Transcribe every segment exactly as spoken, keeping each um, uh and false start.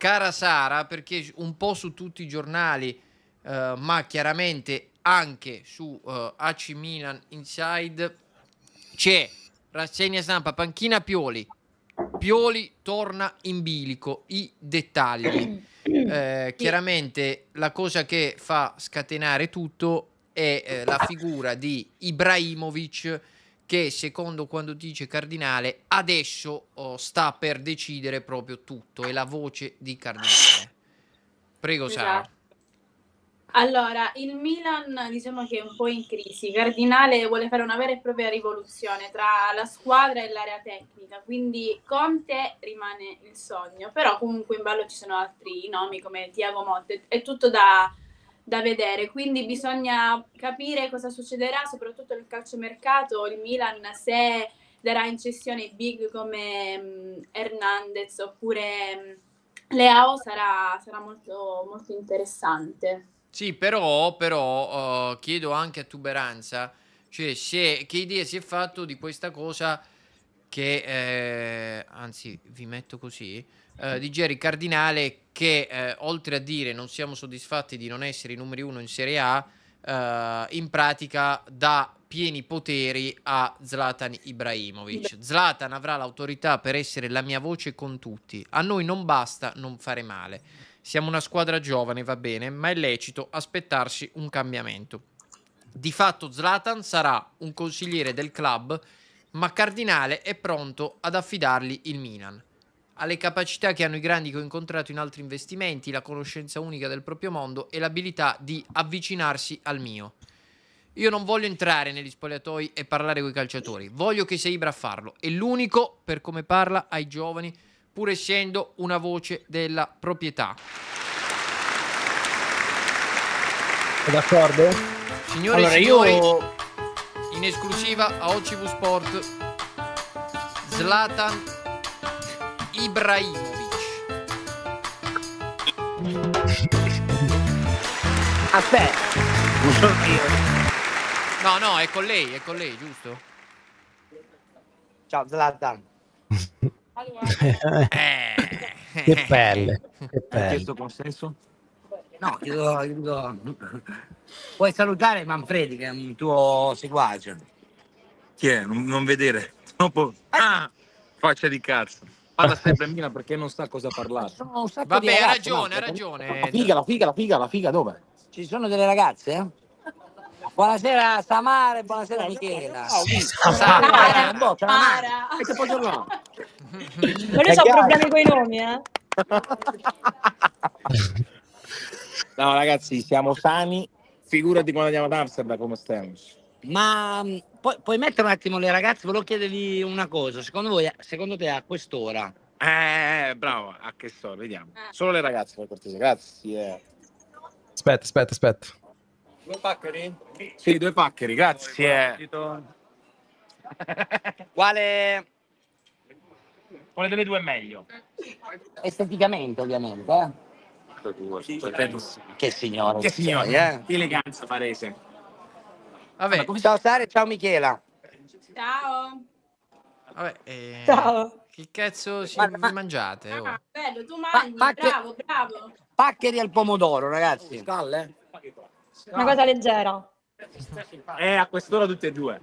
cara Sara, perché un po' su tutti i giornali, uh, ma chiaramente anche su uh, A C Milan Inside, c'è rassegna stampa, panchina Pioli. Pioli torna in bilico, i dettagli. Eh, chiaramente la cosa che fa scatenare tutto è eh, la figura di Ibrahimovic, che secondo quando dice Cardinale adesso oh, sta per decidere proprio tutto, è la voce di Cardinale. Prego Sara. Esatto. Allora, il Milan diciamo che è un po' in crisi. Cardinale vuole fare una vera e propria rivoluzione tra la squadra e l'area tecnica, quindi Conte rimane il sogno, però comunque in ballo ci sono altri nomi come Thiago Motta, è tutto da, da vedere, quindi bisogna capire cosa succederà, soprattutto nel calciomercato. Il Milan, se darà in cessione big come um, Hernandez oppure um, Leao, sarà, sarà molto, molto interessante. Sì, però, però uh, chiedo anche a Tuberanza, cioè se, che idea si è fatto di questa cosa che, eh, anzi vi metto così, eh, di Jerry Cardinale che eh, oltre a dire non siamo soddisfatti di non essere i numeri uno in Serie A, eh, in pratica dà pieni poteri a Zlatan Ibrahimovic. Zlatan avrà l'autorità per essere la mia voce con tutti, a noi non basta non fare male. Siamo una squadra giovane, va bene, ma è lecito aspettarsi un cambiamento. Di fatto Zlatan sarà un consigliere del club, ma Cardinale è pronto ad affidargli il Milan. Ha le capacità che hanno i grandi che ho incontrato in altri investimenti, la conoscenza unica del proprio mondo e l'abilità di avvicinarsi al mio. Io non voglio entrare negli spogliatoi e parlare con i calciatori, voglio che sia Ibra a farlo. È l'unico per come parla ai giovani, pur essendo una voce della proprietà. Sei d'accordo? Signore allora, e signori, io... in esclusiva a O C V Sport, Zlatan Ibrahimovic. Aspetta, non sono io. No, no, è con lei, è con lei, giusto? Ciao Zlatan. eh. Che pelle, che Hai pelle. chiesto consenso? No, io, io... Puoi salutare Manfredi, che è un tuo seguace. Chi è? Non, non vedere. Troppo... Ah! Faccia di cazzo. Parla sempre Milan perché non sa cosa parlare. Sono un sacco Vabbè, di ha ragazze, ragione, no? ha ragione. La figa, la figa, la figa, la figa dove? Ci sono delle ragazze? Buonasera Samara e buonasera Michela. Sara. Boh, c'è la mano. Sara. E che posso là? Ma lui ha problemi con i nomi, eh? No, ragazzi, siamo sani. Figurati quando andiamo ad Amsterdam come stiamo. Ma mh, pu- puoi mettere un attimo le ragazze? Volevo chiedervi una cosa. Secondo voi, secondo te a quest'ora? Eh, bravo, a che sto, vediamo. Solo le ragazze, per cortesia, grazie. Aspetta, aspetta, aspetta. Due paccheri? Sì, due paccheri, grazie. Quale Quale delle due è meglio? esteticamente, ovviamente, eh? Che signore. Che signore, sei, eh? che eleganza parese. Vabbè, Ciao Sara e ciao Michela. Ciao. vabbè eh, Ciao. che cazzo si Ma- ma- mangiate? Oh? Ah, bello, tu mangi, Pa- pacche- bravo, bravo. Paccheri al pomodoro, ragazzi. Scalle? Una cosa leggera. Eh, a quest'ora tutte e due.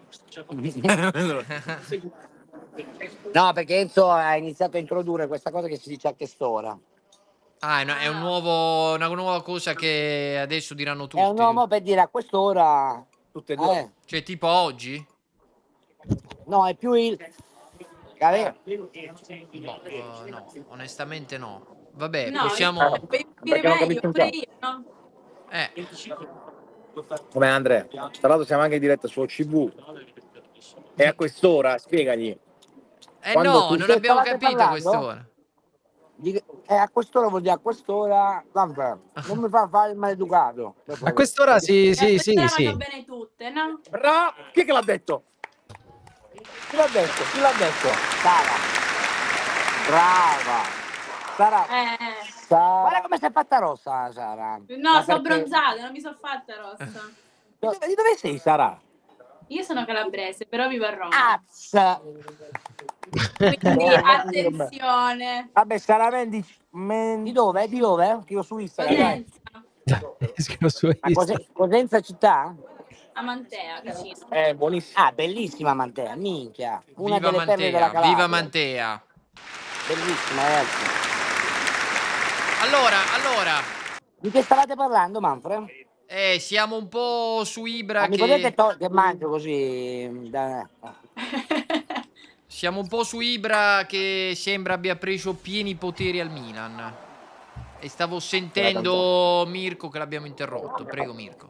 No, perché Enzo ha iniziato a introdurre questa cosa che si dice a quest'ora. Ah, è, una, è un nuovo, una nuova cosa che adesso diranno tutti. È un uomo per dire a quest'ora. Tutte e due. Eh, Cioè, tipo oggi? no, è più il. Cave- Boh, eh, no, onestamente no. Vabbè, No, possiamo... io puoi dire Perché non meglio, capisco un pure cazzo. io, no? Eh, Come Andrea? Tra l'altro siamo anche in diretta su O C V. E a quest'ora, spiegagli. eh Quando no, tu- non Che abbiamo stavate capito parlando? quest'ora. Dica- Eh, a quest'ora vuol dire a quest'ora. Vabbè, non mi fa fare il maleducato. A quest'ora sì, sì, Eh, sì, quest'ora sì. vanno bene tutte, no? Bravo! Chi è che l'ha detto? Chi l'ha detto? Chi l'ha detto? Sara. Brava. Sara. Eh, Sara. Guarda come si è fatta rossa, Sara. no, Ma sto perché- bronzata, non mi sono fatta rossa. Di dove, di dove sei, Sara? Io sono calabrese, però vivo a Roma. Azza! Quindi attenzione. Vabbè, sarà di... di dove? Di dove? Che io su Instagram. Cosenza. Ma Cose... Cosenza città? A Mantea, vicino. È buonissima. Ah, bellissima Mantea, minchia. Una Viva delle perle della Mantea, Calabria. viva Mantea. Bellissima, ragazzi. Allora, allora, Di che stavate parlando, Manfred? eh, siamo un po' su Ibra Ma mi che... potete to- che mangio così? Da... Siamo un po' su Ibra che sembra abbia preso pieni poteri al Milan. E stavo sentendo Mirko che l'abbiamo interrotto. Prego Mirko.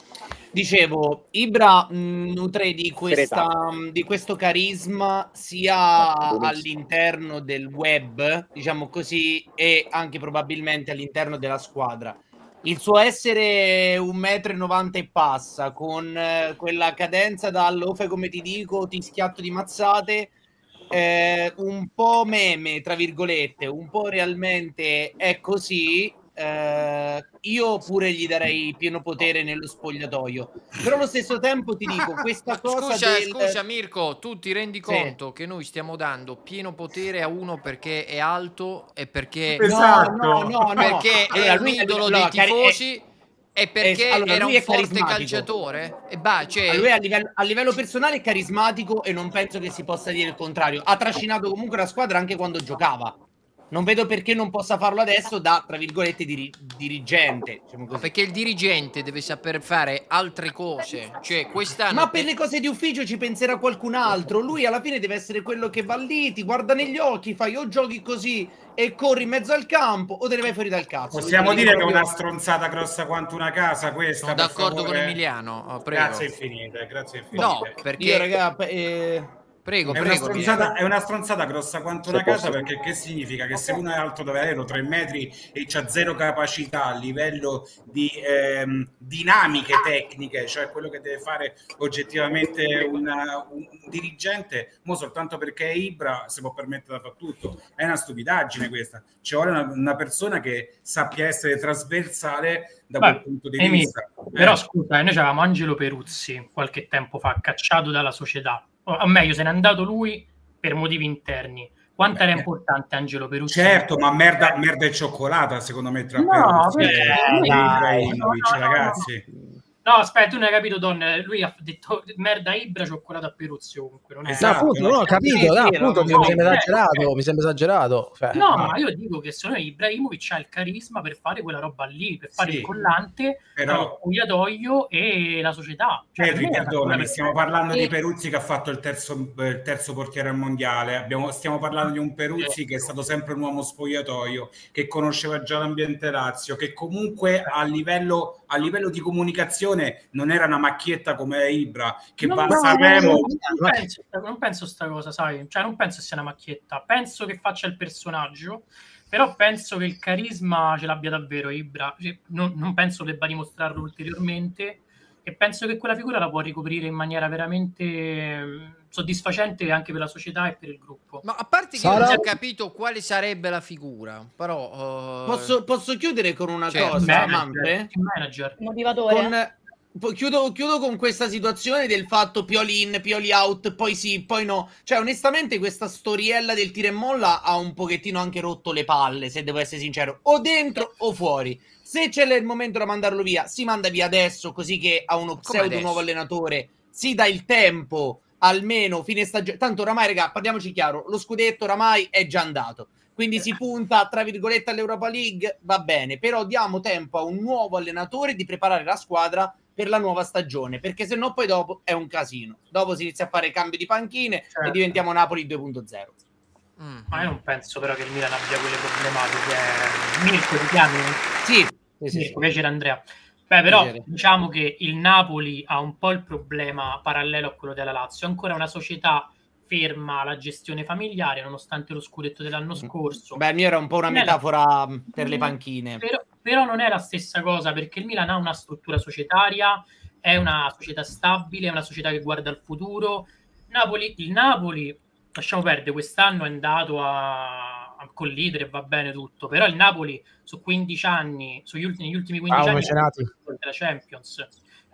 Dicevo, Ibra mh, nutre di, questa, mh, di questo carisma sia all'interno del web, diciamo così, e anche probabilmente all'interno della squadra. Il suo essere un metro e novanta e passa, con eh, quella cadenza da fai come ti dico, ti schiatto di mazzate, eh, un po' meme, tra virgolette, un po' realmente è così. Eh, io pure gli darei pieno potere nello spogliatoio, però allo stesso tempo ti dico questa cosa Scusa, del... scusa Mirko, tu ti rendi Sì. conto che noi stiamo dando pieno potere a uno perché è alto e perché, Esatto. No, no, no, no. perché è Allora, un lui- idolo allora, dei cari- tifosi e perché eh, allora, era lui un è forte carismatico. calciatore? E bah, cioè, A lui a livello, a livello personale è carismatico e non penso che si possa dire il contrario. Ha trascinato comunque la squadra anche quando giocava. Non vedo perché non possa farlo adesso da, tra virgolette, diri- dirigente. Diciamo ma così. perché il dirigente deve saper fare altre cose. Cioè, quest'anno Ma per le cose di ufficio ci penserà qualcun altro. Lui alla fine deve essere quello che va lì, ti guarda negli occhi, fai o giochi così e corri in mezzo al campo o te ne vai fuori dal cazzo. Possiamo Quindi dire che è proprio- una stronzata grossa quanto una casa questa? sono per d'accordo con favore? Emiliano. Oh, prego. Grazie infinite, grazie infinite. No, perché Io, raga, eh, prego, È una, prego. stronzata, è una stronzata grossa quanto una Se casa, posso- perché che significa? Che se uno è alto davvero tre metri e c'ha zero capacità a livello di ehm, dinamiche tecniche, cioè quello che deve fare oggettivamente una- un, un dirigente, mo soltanto perché è Ibra si può permettere di fare tutto. È una stupidaggine questa. Ci vuole una, una persona che sappia essere trasversale da Beh, quel punto di Emi, vista. però Eh. scusa, eh, noi avevamo Angelo Peruzzi qualche tempo fa, cacciato dalla società. O, o meglio, se n'è andato lui per motivi interni. Quanto era Beh, importante Angelo Peruzzi? Certo, ma merda, merda e cioccolata secondo me tra No, Peruzzi perché e lui- Ibrahimovic, no, no, no, ragazzi. No, aspetta, tu non hai capito, Don. Lui ha detto merda Ibra, cioccolato a Peruzzi ovunque. Non è No, Esatto, appunto, no, ho capito, Sì, no, sì, appunto, no, mi sembra no, esagerato, eh, mi sembra esagerato. Cioè, No, ma- ma io dico che secondo me Ibrahimovic ha il carisma per fare quella roba lì, per fare Sì, il collante tra però- lo spogliatoio e la società. Cioè, Pedri, per me è una perdonami, cosa stiamo perfetta. parlando Sì. di Peruzzi che ha fatto il terzo, eh, il terzo portiere al mondiale. Abbiamo- stiamo parlando di un Peruzzi che è stato sempre un uomo spogliatoio, che conosceva già l'ambiente Lazio, che comunque a livello, a livello di comunicazione non era una macchietta come Ibra, che No, va a no, Sanremo. no, non penso, non penso sta cosa, sai, cioè non penso sia una macchietta, penso che faccia il personaggio, però penso che il carisma ce l'abbia davvero Ibra. Cioè, non, non penso debba dimostrarlo ulteriormente e penso che quella figura la può ricoprire in maniera veramente eh, soddisfacente anche per la società e per il gruppo. Ma a parte che Sarà- io non ho capito quale sarebbe la figura, però eh, Posso, posso chiudere con una Certo. cosa, Manager, Manfred? team manager. Motivatore. Con, po- chiudo, chiudo con questa situazione del fatto Pioli in, Pioli out, poi sì, poi no. Cioè, onestamente, questa storiella del tira e molla ha un pochettino anche rotto le palle, se devo essere sincero. O dentro o fuori. Se c'è il momento da mandarlo via, si manda via adesso, così che a uno pseudo adesso? nuovo allenatore si dà il tempo, almeno fine stagione. Tanto oramai, raga, parliamoci chiaro, lo scudetto oramai è già andato. Quindi si punta, tra virgolette, all'Europa League, va bene. Però diamo tempo a un nuovo allenatore di preparare la squadra per la nuova stagione, perché se no poi dopo è un casino. Dopo si inizia a fare cambio di panchine Certo. e diventiamo Napoli due punto zero. mm, Ma io non penso però che il Milan abbia quelle problematiche. Mirko, ti chiami? Sì, sì, sì, Sì, sì. piacere Andrea. Beh, però Piacere. diciamo che il Napoli ha un po' il problema parallelo a quello della Lazio. È ancora una società ferma alla gestione familiare, nonostante lo scudetto dell'anno scorso. Beh, il mio era un po' una Non è la- metafora mh, per le panchine. Però, però non è la stessa cosa, perché il Milan ha una struttura societaria, è una società stabile, è una società che guarda al futuro. Napoli, il Napoli, lasciamo perdere, quest'anno è andato a, a collidere, va bene tutto, però il Napoli su quindici anni, sugli ultimi, negli ultimi quindici Ah, anni, mecenati. la Champions.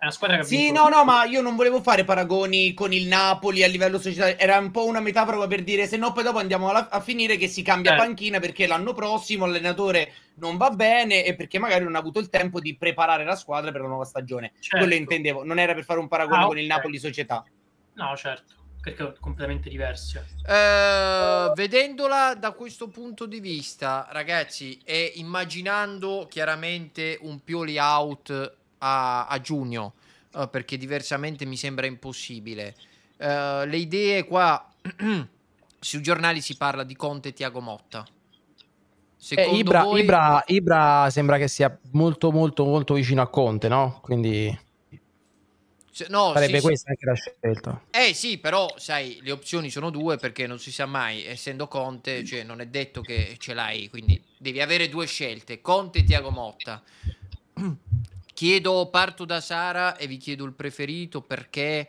È una squadra che ha Sì, vinto- no, no, ma io non volevo fare paragoni con il Napoli a livello societario. Era un po' una metafora per dire se no poi dopo andiamo alla- a finire che si cambia Eh. panchina perché l'anno prossimo l'allenatore non va bene e perché magari non ha avuto il tempo di preparare la squadra per la nuova stagione. Certo. Quello intendevo, non era per fare un paragone Ah, con il ok. Napoli società. No, certo, perché sono completamente diverse. Eh, vedendola da questo punto di vista, ragazzi, e immaginando chiaramente un Pioli out a, a giugno, eh, perché diversamente mi sembra impossibile. Eh, le idee qua sui giornali si parla di Conte e Thiago Motta. Eh, Secondo Ibra, voi? Ibra, Ibra sembra che sia molto molto molto vicino a Conte, no? Quindi Se- no, sarebbe sì, sì. questa anche la scelta. Eh sì, però sai, le opzioni sono due perché non si sa mai, essendo Conte, cioè non è detto che ce l'hai, quindi devi avere due scelte, Conte e Thiago Motta. Chiedo, parto da Sara e vi chiedo il preferito perché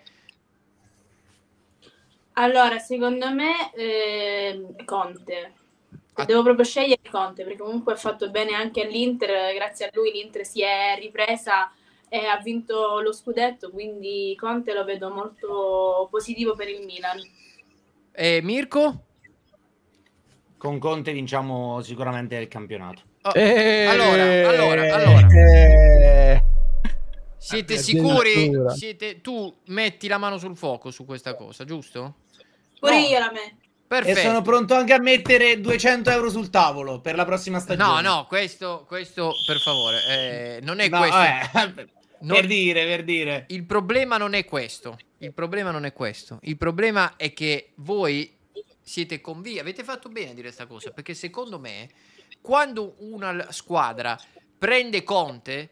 Allora, secondo me eh, Conte. Ah. Devo proprio scegliere Conte perché comunque ha fatto bene anche all'Inter, grazie a lui l'Inter si è ripresa e ha vinto lo scudetto, quindi Conte lo vedo molto positivo per il Milan. eh, Mirko? Con Conte vinciamo sicuramente il campionato. Oh, Eh, allora, allora, allora. eh, Siete Eh, sicuri? addirittura. Siete, tu metti la mano sul fuoco su questa cosa, giusto? Pure No. io la metto. Perfetto. E sono pronto anche a mettere duecento euro sul tavolo per la prossima No, stagione. no, questo, questo per favore, eh, non è No, questo. eh, Non- per dire, per dire. Il problema non è questo. Il problema non è questo. Il problema è che voi siete convinti. Avete fatto bene a dire questa cosa. Perché secondo me, quando una l- squadra prende Conte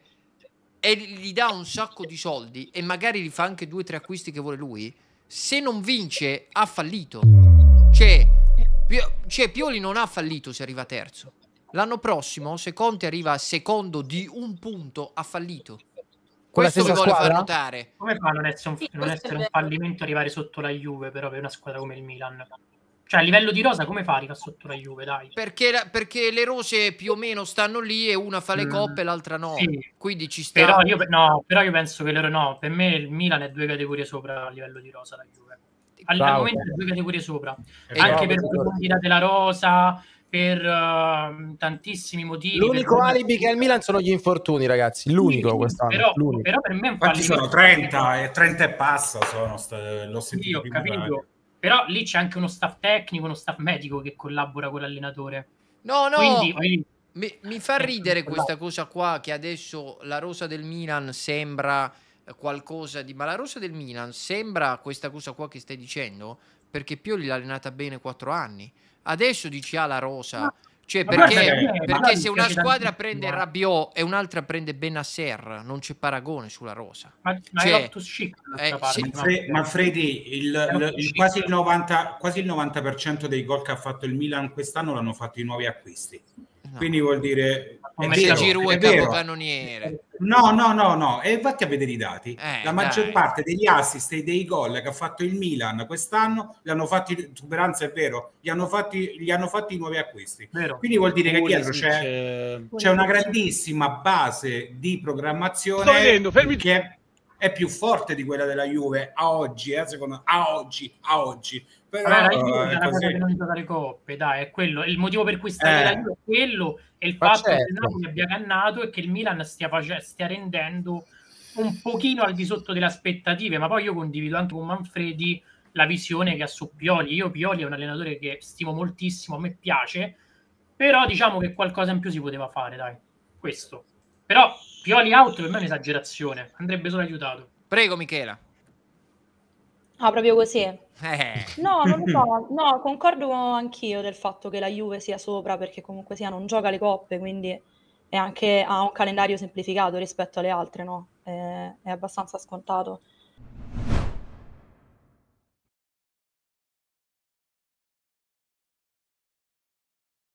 e gli dà un sacco di soldi e magari gli fa anche due o tre acquisti che vuole lui, se non vince, ha fallito. Cioè, Pio- cioè, Pioli non ha fallito se arriva terzo. L'anno prossimo, se Conte arriva secondo di un punto, ha fallito. Con la Questo vi stessa vuole far squadra? notare. Come fa a non essere un, Sì, non questo essere è un vero. fallimento arrivare sotto la Juve, però per una squadra come il Milan? Cioè, a livello di rosa, come fa a arrivare sotto la Juve, dai? Perché, la- perché le rose più o meno stanno lì e una fa le Mm, coppe e l'altra no. sì. Quindi ci sta. Però io, no, però io penso che loro no. Per me il Milan è due categorie sopra a livello di rosa la Juve. Al, al Bravo. momento è due categorie sopra. E Anche bravo, per sì. profondità della rosa, per uh, tantissimi motivi. L'unico per... alibi che ha il Milan sono gli infortuni, ragazzi. L'unico Sì, quest'anno. Però, l'unico. però per me è un Quanti fallimento. sono? trenta e trenta e passa sono, sta- l'ho Sì, sentito ho prima. capito. Però lì c'è anche uno staff tecnico, uno staff medico che collabora con l'allenatore. No, no. Quindi, quindi- Mi, mi fa ridere questa cosa qua che adesso la rosa del Milan sembra qualcosa di... Ma la rosa del Milan sembra questa cosa qua che stai dicendo perché Pioli l'ha allenata bene quattro anni. Adesso dici ah la rosa... Cioè, Ma perché, guarda che- perché ma- se una piace squadra tantissimo, prende eh. Rabiot e un'altra prende Benasser, non c'è paragone sulla rosa. ma, ma Cioè, è Loftus Cheek eh, d'altra parte, sì. Manfre- no? Manfredi, il, È il- un il- po' quasi, il chic. novanta, quasi il novanta per cento dei gol che ha fatto il Milan quest'anno l'hanno fatto i nuovi acquisti. No. Quindi vuol dire... È Come Se vero, Giroud è è vero. capocannoniere. No, no, no, no, e vatti a vedere i dati. Eh, La maggior dai. parte degli assist e dei gol che ha fatto il Milan quest'anno li hanno fatti, Speranza è vero, li hanno fatti, li hanno fatti i nuovi acquisti. Vero. Quindi vuol dire che dietro Pulisic, c'è, eh, c'è una grandissima base di programmazione Sto vedendo, fermi- che è, è più forte di quella della Juve a oggi, eh, secondo a oggi, a oggi. Però Vabbè, la Juve eh, è la cosa così. che non gioca le coppe, dai, è quello. Il motivo per cui sta Eh. la Juve è quello, e il Ma fatto che il certo. Napoli abbia cannato e che il Milan stia, face- stia rendendo un pochino al di sotto delle aspettative, ma poi io condivido anche con Manfredi la visione che ha su Pioli. Io Pioli è un allenatore che stimo moltissimo, a me piace, però diciamo che qualcosa in più si poteva fare, dai, questo. Però Pioli out per me è un'esagerazione, andrebbe solo aiutato. Prego Michela. Ah, proprio così. Eh. No, non lo so. No, concordo anch'io del fatto che la Juve sia sopra perché comunque sia non gioca le coppe, quindi è anche ha un calendario semplificato rispetto alle altre, no? È, è abbastanza scontato.